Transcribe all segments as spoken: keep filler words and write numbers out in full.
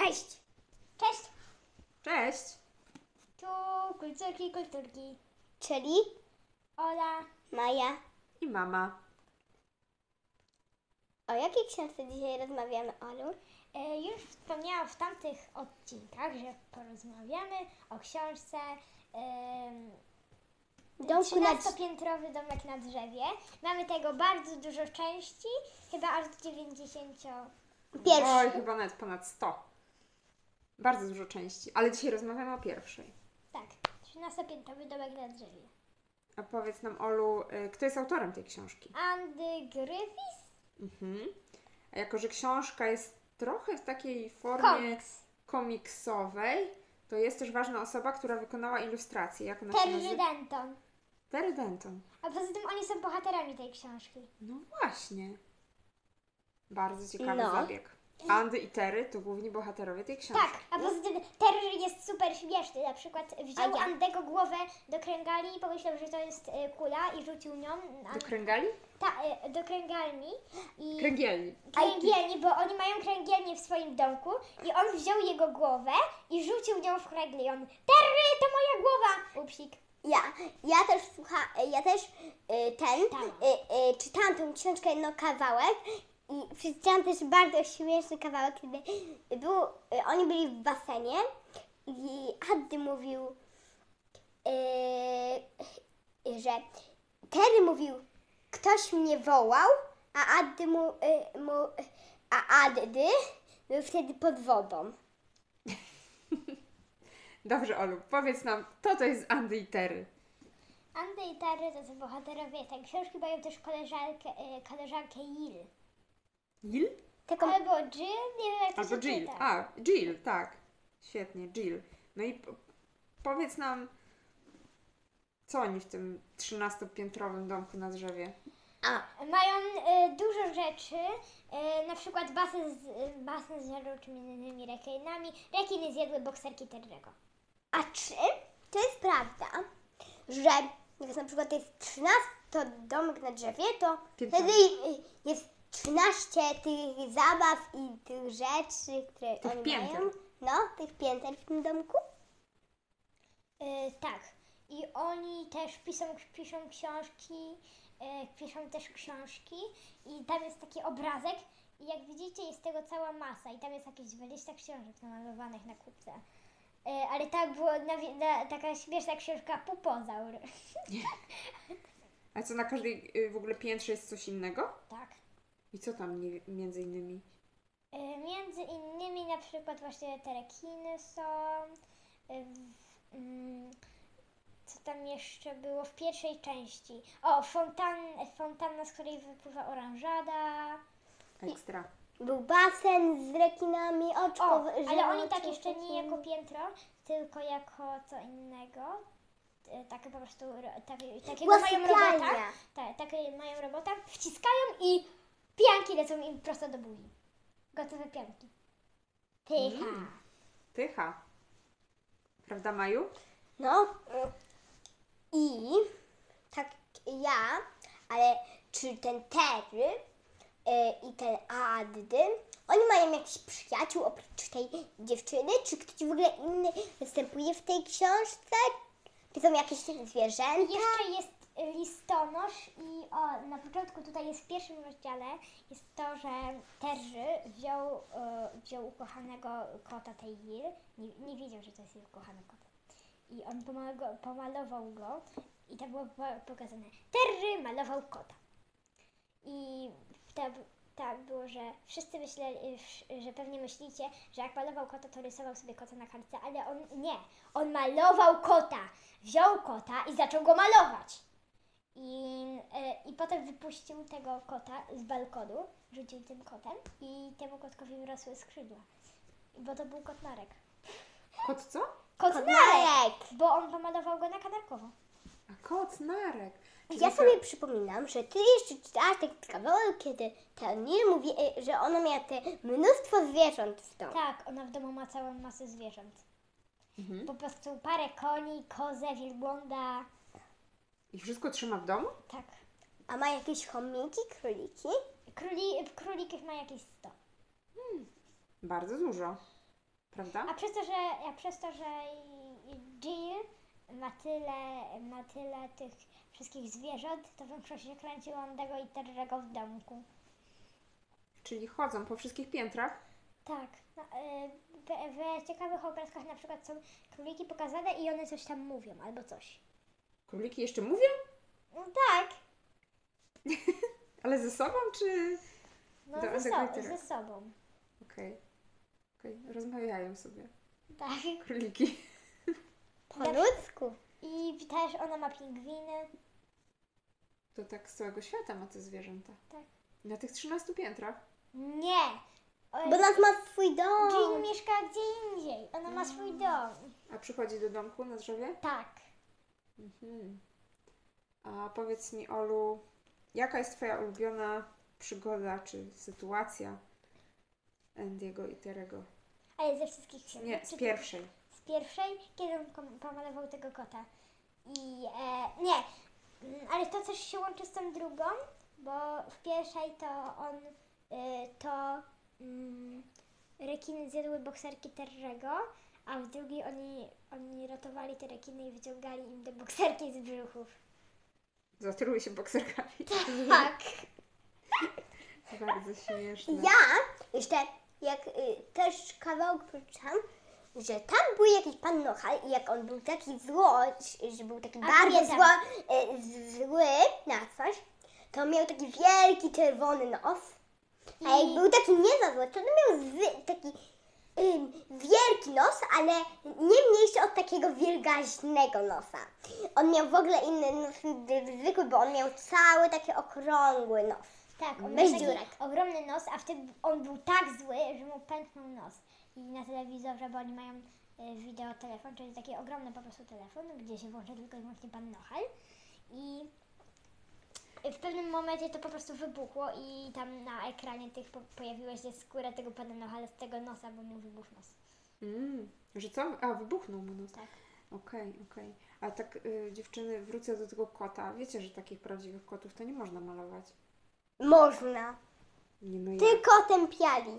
Cześć! Cześć! Cześć! Tu kulturki, kulturki. Czyli Ola. Maja. I mama. O jakiej książce dzisiaj rozmawiamy, Olu? E, już wspomniałam w tamtych odcinkach, że porozmawiamy o książce em, Domku na trzynastopiętrowy domek na drzewie. Mamy tego bardzo dużo części, chyba aż do dziewięćdziesięciu. Oj, Pierwszy. chyba nawet ponad sto. Bardzo dużo części, ale dzisiaj rozmawiamy o pierwszej. Tak, trzynastopiętrowy domek na drzewie. A powiedz nam, Olu, y, kto jest autorem tej książki? Andy Griffiths? Mhm. A jako, że książka jest trochę w takiej formie Komiks. komiksowej, to jest też ważna osoba, która wykonała ilustrację. Jak ona się Terry nazywa? Denton. Terry Denton. A poza tym oni są bohaterami tej książki. No właśnie. Bardzo ciekawy No. zabieg. Andy i Terry to główni bohaterowie tej książki. Tak, a poza tym Terry jest super śmieszny. Na przykład wziął A ja? Andego głowę do kręgali i pomyślał, że to jest e, kula i rzucił nią na, Do kręgali? ta, e, do kręgalni. I Kręgielni. kręgielni, bo oni mają kręgielnię w swoim domku i on wziął jego głowę i rzucił nią w kręgle i on: Terry, to moja głowa! Upsik. Ja, ja też słucha, ja też y, ten, Tak. y, y, czytałam tą książkę, no kawałek i przeczytałam też bardzo śmieszny kawałek, kiedy był, y, oni byli w basenie i Andy mówił, y, że Terry mówił, ktoś mnie wołał, a Andy mu, y, mu a Andy był wtedy pod wodą. Dobrze, Olu, powiedz nam, kto to jest Andy i Terry? Andy i Terry to są bohaterowie tej książki, mają też koleżankę, e, koleżankę Jill. Jill? Taką Albo Jill, nie wiem jak to Albo się Jill. czyta. A, Jill, tak. Świetnie, Jill. No i p- powiedz nam, co oni w tym trzynastopiętrowym domku na drzewie? a, Mają e, dużo rzeczy, e, na przykład basen z, e, basen z żarłocznymi rekinami. Rekiny zjadły bokserki Terry'ego. A czy to jest prawda, że jak na przykład jest trzynaście domek na drzewie, to Piętrowy. wtedy y, jest trzynaście tych zabaw i tych rzeczy, które Tych oni pięter. mają. No, tych pięter w tym domku. E, tak. I oni też piszą, piszą książki, e, piszą też książki i tam jest taki obrazek i jak widzicie jest tego cała masa i tam jest jakieś dwadzieścia książek namalowanych na kupce. E, ale tak było na, na, taka śmieszna książka Pupozaur. A co, na każdej y, w ogóle piętrze jest coś innego? Tak. I co tam nie, między innymi? E, Między innymi na przykład właśnie te rekiny są. e, w- mm, Co tam jeszcze było w pierwszej części? O, fontan, fontanna, z której wypływa oranżada. Ekstra. Był basen z rekinami, oczko O, ale oni żarłoczne tak jeszcze nie takie. jako piętro, tylko jako co innego. E, Takie po prostu, ro- takie, takiego Była mają robota. sypialnia. Tak, takie mają robota, wciskają i pianki lecą im prosto do buzi. Gotowe pianki. Pycha. Mm. Pycha. Prawda, Maju? No. I tak ja, ale czy ten Terry y, i ten Andy, oni mają jakichś przyjaciół oprócz tej dziewczyny? Czy ktoś w ogóle inny występuje w tej książce? Czy są jakieś zwierzęta? Jeszcze jest y, listonosz i o, na początku tutaj jest w pierwszym rozdziale jest to, że Terry wziął, y, wziął ukochanego kota tej Jill. Nie, nie wiedział, że to jest jego ukochany kot. I on pomalował, pomalował go i tak było po- pokazane. Terry malował kota. I tak, tak było, że wszyscy myśleli, że pewnie myślicie, że jak malował kota, to rysował sobie kota na kartce, ale on nie. On malował kota. Wziął kota i zaczął go malować. I, e, I potem wypuścił tego kota z balkonu, rzucił tym kotem i temu kotkowi wyrosły skrzydła. Bo to był kot Narek. Kot co? Kot, Kot Narek! Narek! Bo on pomalował go na kanarkowo. A kot Narek. Czyli Ja to- sobie przypominam, że ty jeszcze czytałaś taki kawałek, kiedy ta Nil mówi, y, że ona miała te mnóstwo zwierząt w domu. Tak, ona w domu ma całą masę zwierząt. Mhm. Po prostu parę koni, kozę, wielbłąda. I wszystko trzyma w domu? Tak. A ma jakieś chomiki, króliki? Króli, królików ma jakieś sto. Bardzo dużo. prawda? A przez to, że, a przez to, że Jill ma tyle, ma tyle tych wszystkich zwierząt, to większość się kręciła Andego i Terry'ego w domku. Czyli chodzą po wszystkich piętrach. Tak. No, y, w, w ciekawych obrazkach na przykład są króliki pokazane i one coś tam mówią, albo coś. Króliki jeszcze mówią? No tak. Ale ze sobą, czy... No Do- ze, do so, Twittera. ze sobą. Okej. Okej, rozmawiają sobie. Tak. Króliki. Po ludzku. I też ona ma pingwiny. To tak z całego świata ma te zwierzęta. Tak. Na tych trzynastu piętrach. Nie. O, Bo nas ma swój dom. Jill mieszka gdzie indziej. Ona ma swój dom. A przychodzi do domku na drzewie? Tak. Mhm. A powiedz mi, Olu, jaka jest twoja ulubiona przygoda czy sytuacja Andy'ego i Terego? Ale ze wszystkich książek. Nie, z Czy- pierwszej. Z pierwszej, kiedy on kom- pomalował tego kota. I e, nie, Mm, ale to też się łączy z tą drugą, bo w pierwszej to on, y, to mm, rekiny zjadły bokserki Terry'ego, a w drugiej oni, oni ratowali te rekiny i wyciągali im te bokserki z brzuchów. Zatruły się bokserkami. Tak. Bardzo śmieszne. Ja jeszcze, jak y, też kawałek przeczytałam, że tam był jakiś pan Nochal i jak on był taki zło, że był taki A bardzo pamiętam. zło, y, zły na coś, to miał taki wielki czerwony nos. A jak I- był taki nie za zły, to on miał zwy, taki ym, wielki nos, ale nie mniejszy od takiego wielgaśnego nosa. On miał w ogóle inny nos niż zwykły, bo on miał cały taki okrągły nos. Tak, on Bez miał taki dziurek. ogromny nos, a wtedy on był tak zły, że mu pęknął nos. I na telewizorze, bo oni mają y, wideo telefon, czyli taki ogromny po prostu telefon, gdzie się włącza tylko i wyłącznie pan Nochal. I w pewnym momencie to po prostu wybuchło i tam na ekranie tych po, pojawiła się skóra tego pana Nochala z tego nosa, bo mu wybuchł nos. Mm, że co? A, wybuchnął mu nos. Tak. Okej, okej. A tak y, dziewczyny, wrócę do tego kota. Wiecie, że takich prawdziwych kotów to nie można malować. Można. Nie no ja. Tylko tępiali.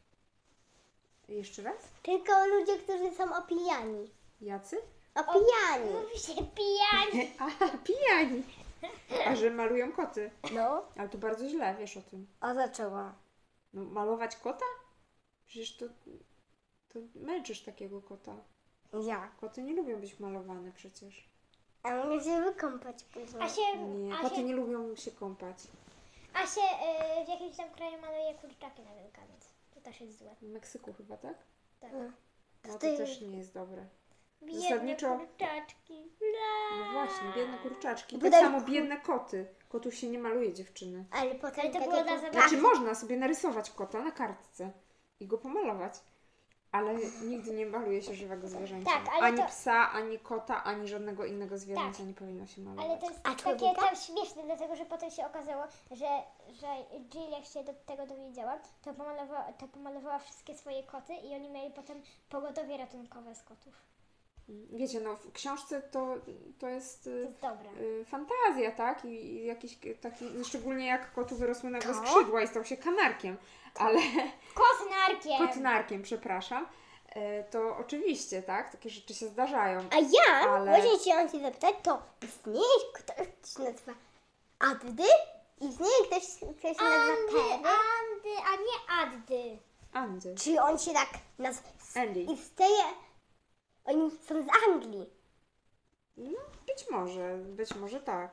Jeszcze raz? Tylko ludzie, którzy są opijani. Jacy? Opijani. Mówi się pijani. A, pijani. A że malują koty. No. Ale to bardzo źle, wiesz o tym. A zaczęła. No, malować kota? Przecież to, to męczysz takiego kota. Ja. Koty nie lubią być malowane przecież. A mogę się wykąpać później. A się, Nie, a koty się, nie lubią się kąpać. a się y, w jakimś tam kraju maluje kurczaki na Wielkanoc. To też jest złe. W Meksyku chyba, tak? Tak. No. No to Ty- też nie jest dobre. Biedne Zasadniczo- kurczaczki. No właśnie, biedne kurczaczki. Tak Bodaj- samo biedne koty. Kotów się nie maluje, dziewczyny. Ale potem Ale to takie było na kur- zabawę. Znaczy można sobie narysować kota na kartce i go pomalować. Ale nigdy nie maluje się żywego zwierzęcia. Tak, ale ani to- psa, ani kota, ani żadnego innego zwierzęcia Tak. nie powinno się malować. Ale to jest A takie człowieka? tam śmieszne, dlatego że potem się okazało, że, że Jill jak się do tego dowiedziała, to pomalowała, to pomalowała wszystkie swoje koty i oni mieli potem pogotowie ratunkowe z kotów. Wiecie, no w książce to, to jest To y, jest dobre. y, fantazja, tak? I, i jakiś taki, szczególnie jak kotu wyrosły nagle To? skrzydła i stał się kanarkiem. Ale Kotnarkiem! kotnarkiem, przepraszam. E, To oczywiście, tak? Takie rzeczy się zdarzają. A ja, Ale- właśnie chciałam się zapytać, to istnieje ktoś, kto się nazywa Addy? Istnieje ktoś, kto się nazywa Andy, Terry? Andy, a nie Addy. Andy. Czyli on się tak nazywa? Andy. Istnieje... Oni są z Anglii. No, być może, być może tak.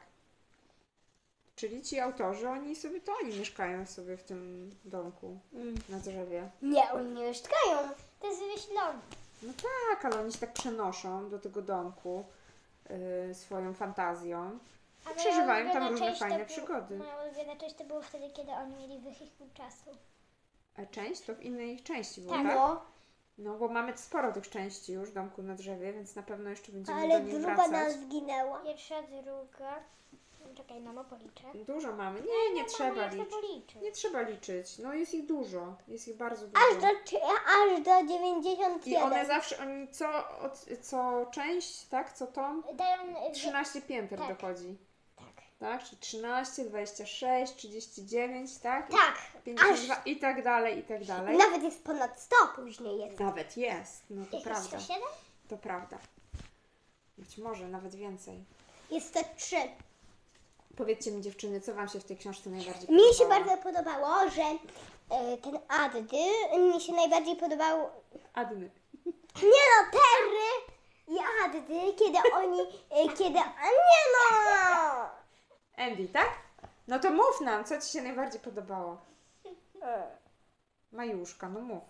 Czyli ci autorzy, oni sobie, to oni mieszkają sobie w tym domku na drzewie. Nie, oni nie mieszkają. To jest wymyślone. No tak, ale oni się tak przenoszą do tego domku y, swoją fantazją. A moja Przeżywają tam ulubiona różne część to fajne był- przygody. Moja ulubiona część to było wtedy, kiedy oni mieli wychylku czasu. A część to w innej części było, Tak. tak? No, No, bo mamy sporo tych części już w domku na drzewie, więc na pewno jeszcze będziemy ale do nich druga wracać. nas zginęła. Pierwsza, druga. Czekaj, mamo, policzę. Dużo mamy. Nie, nie trzeba Mamo, ja chcę liczyć. policzyć. Nie trzeba liczyć. No jest ich dużo. Jest ich bardzo dużo. Aż do, czy- aż do dziewięćdziesiąt I jeden. one zawsze, oni co, od, co część, tak, co tom, Dają... y, trzynaście pięter tak. dochodzi. Tak. tak? Czyli trzynaście, dwadzieścia sześć, trzydzieści dziewięć, tak? I Tak. pięćdziesiąt dwa i tak dalej, i tak dalej. Nawet jest ponad sto później jest. Nawet jest, no to Jest prawda. sto siedem? To prawda. Być może nawet więcej. Jest sto trzy. Powiedzcie mi dziewczyny, co wam się w tej książce najbardziej Mi się podobało? bardzo podobało, że e, ten Addy, mi się najbardziej podobał, Adny. nie no, Terry i Addy, kiedy oni, e, kiedy, a nie no! Andy, tak? No to mów nam, co ci się najbardziej podobało? Majuszka, no mów.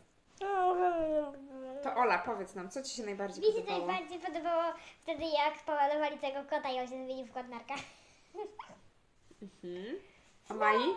To Ola, powiedz nam, co ci się najbardziej Mi się podobało? najbardziej podobało wtedy, jak pomalowali tego kota i on się zmienił w kot narka. Mhm. A Mai?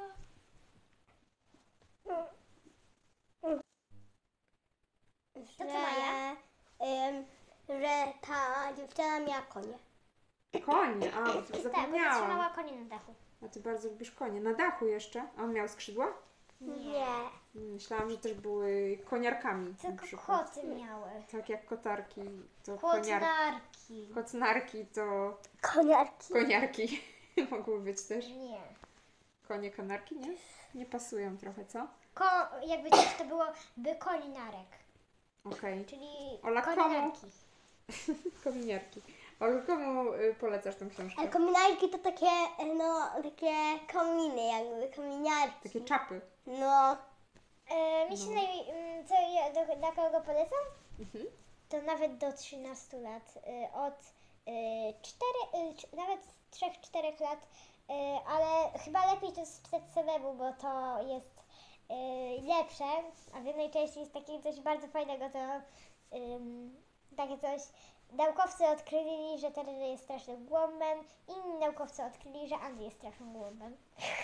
To co Maja? Em, że ta dziewczyna miała konie. Konie, a, bo to Tak, bo zapomniałam. trzymała konie na dachu. A ty bardzo lubisz konie. Na dachu jeszcze? A on miał skrzydła? Nie. Myślałam, że też były koniarkami. na Tylko przykład. koty miały. Tak jak kotarki, to koniar... Kotnarki. kocnarki to Koniarki. koniarki mogły być też. Nie. Konie kanarki, nie? Nie pasują trochę, co? Ko, jakby coś to było by koninarek. Okej. Czyli Ola, komu? koninarki. Kominiarki. Olu, komu y, polecasz tą książkę? Ale kominarki to takie, e, no, takie kominy jakby, kominiarki. Takie czapy. No, E, mi się No. naj... mm, co ja, do, dla kogo polecam? Mhm. To nawet do trzynastu lat. E, od e, cztery, e, c- nawet trzech czterech lat. E, ale chyba lepiej to czytać samemu, bo to jest e, lepsze. A w jednej części jest takie coś bardzo fajnego, to ym, takie coś. Naukowcy odkryli, że Terry jest strasznym głąbem. Inni naukowcy odkryli, że Andy jest strasznym głąbem.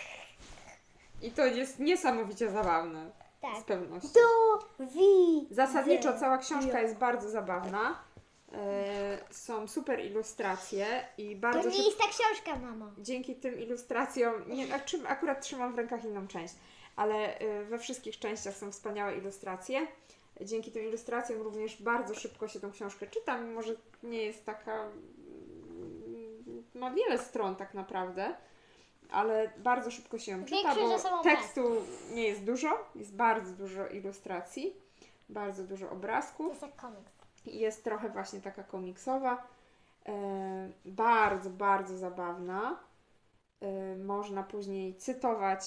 I to jest niesamowicie zabawne. Z Tak. pewnością. tu, wi. Zasadniczo cała książka jest bardzo zabawna. E, są super ilustracje i To bardzo nie szyb- jest ta książka, mamo. dzięki tym ilustracjom, nie, a czym, akurat trzymam w rękach inną część, ale e, we wszystkich częściach są wspaniałe ilustracje. Dzięki tym ilustracjom również bardzo szybko się tą książkę czyta, mimo że nie jest taka, mm, ma wiele stron tak naprawdę, ale bardzo szybko się ją czyta, Większość bo ze sobą tekstu nie jest dużo, jest bardzo dużo ilustracji, bardzo dużo To obrazków. jest jak komiks. I jest trochę właśnie taka komiksowa, e, bardzo, bardzo zabawna. E, można później cytować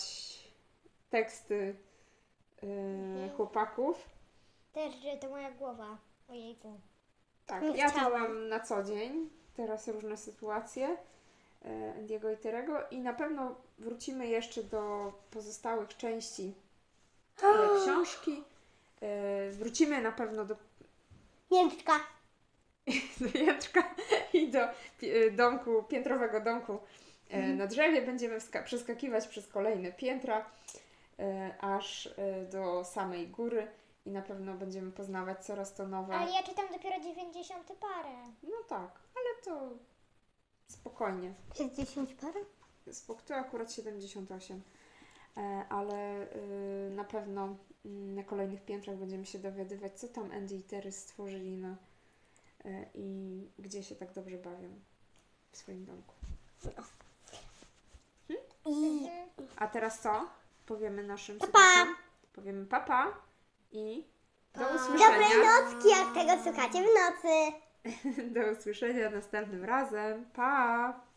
teksty e, Mhm. chłopaków. Też, że to moja głowa. Ojejku. Tak, Nie ja to chciałam. mam na co dzień, teraz różne sytuacje e, Andiego i Terego i na pewno wrócimy jeszcze do pozostałych części e, książki. E, wrócimy na pewno do Jęczka. do Jędrzka i do pi- domku, piętrowego domku e, na drzewie. Będziemy wska- przeskakiwać przez kolejne piętra, e, aż e, do samej góry i na pewno będziemy poznawać coraz to nowe. Ale ja czytam dopiero dziewięćdziesiąt parę. No tak, ale to spokojnie. Jest dziesięć parę? Spok- to akurat siedemdziesiąt osiem. E, ale y, na pewno y, na kolejnych piętrach będziemy się dowiadywać, co tam Andy i Terry stworzyli na, y, i gdzie się tak dobrze bawią w swoim domku. I A teraz co? Powiemy naszym Pa, słuchaczom. Powiemy papa i do Pa. usłyszenia. dobrej nocki, jak tego słuchacie w nocy. Do usłyszenia następnym razem. Pa!